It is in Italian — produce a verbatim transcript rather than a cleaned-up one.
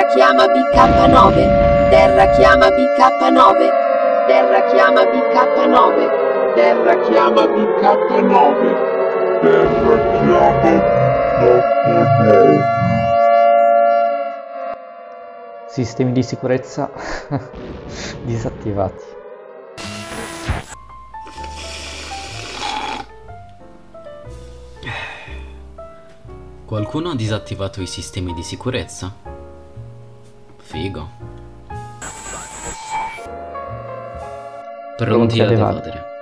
Terra chiama B K nove. Terra chiama B K nove. Terra chiama B K nove. Terra chiama B K nove. Terra chiama B K nove. Sistemi di sicurezza disattivati. Qualcuno ha disattivato i sistemi di sicurezza? Figo. Pronti ad evadere.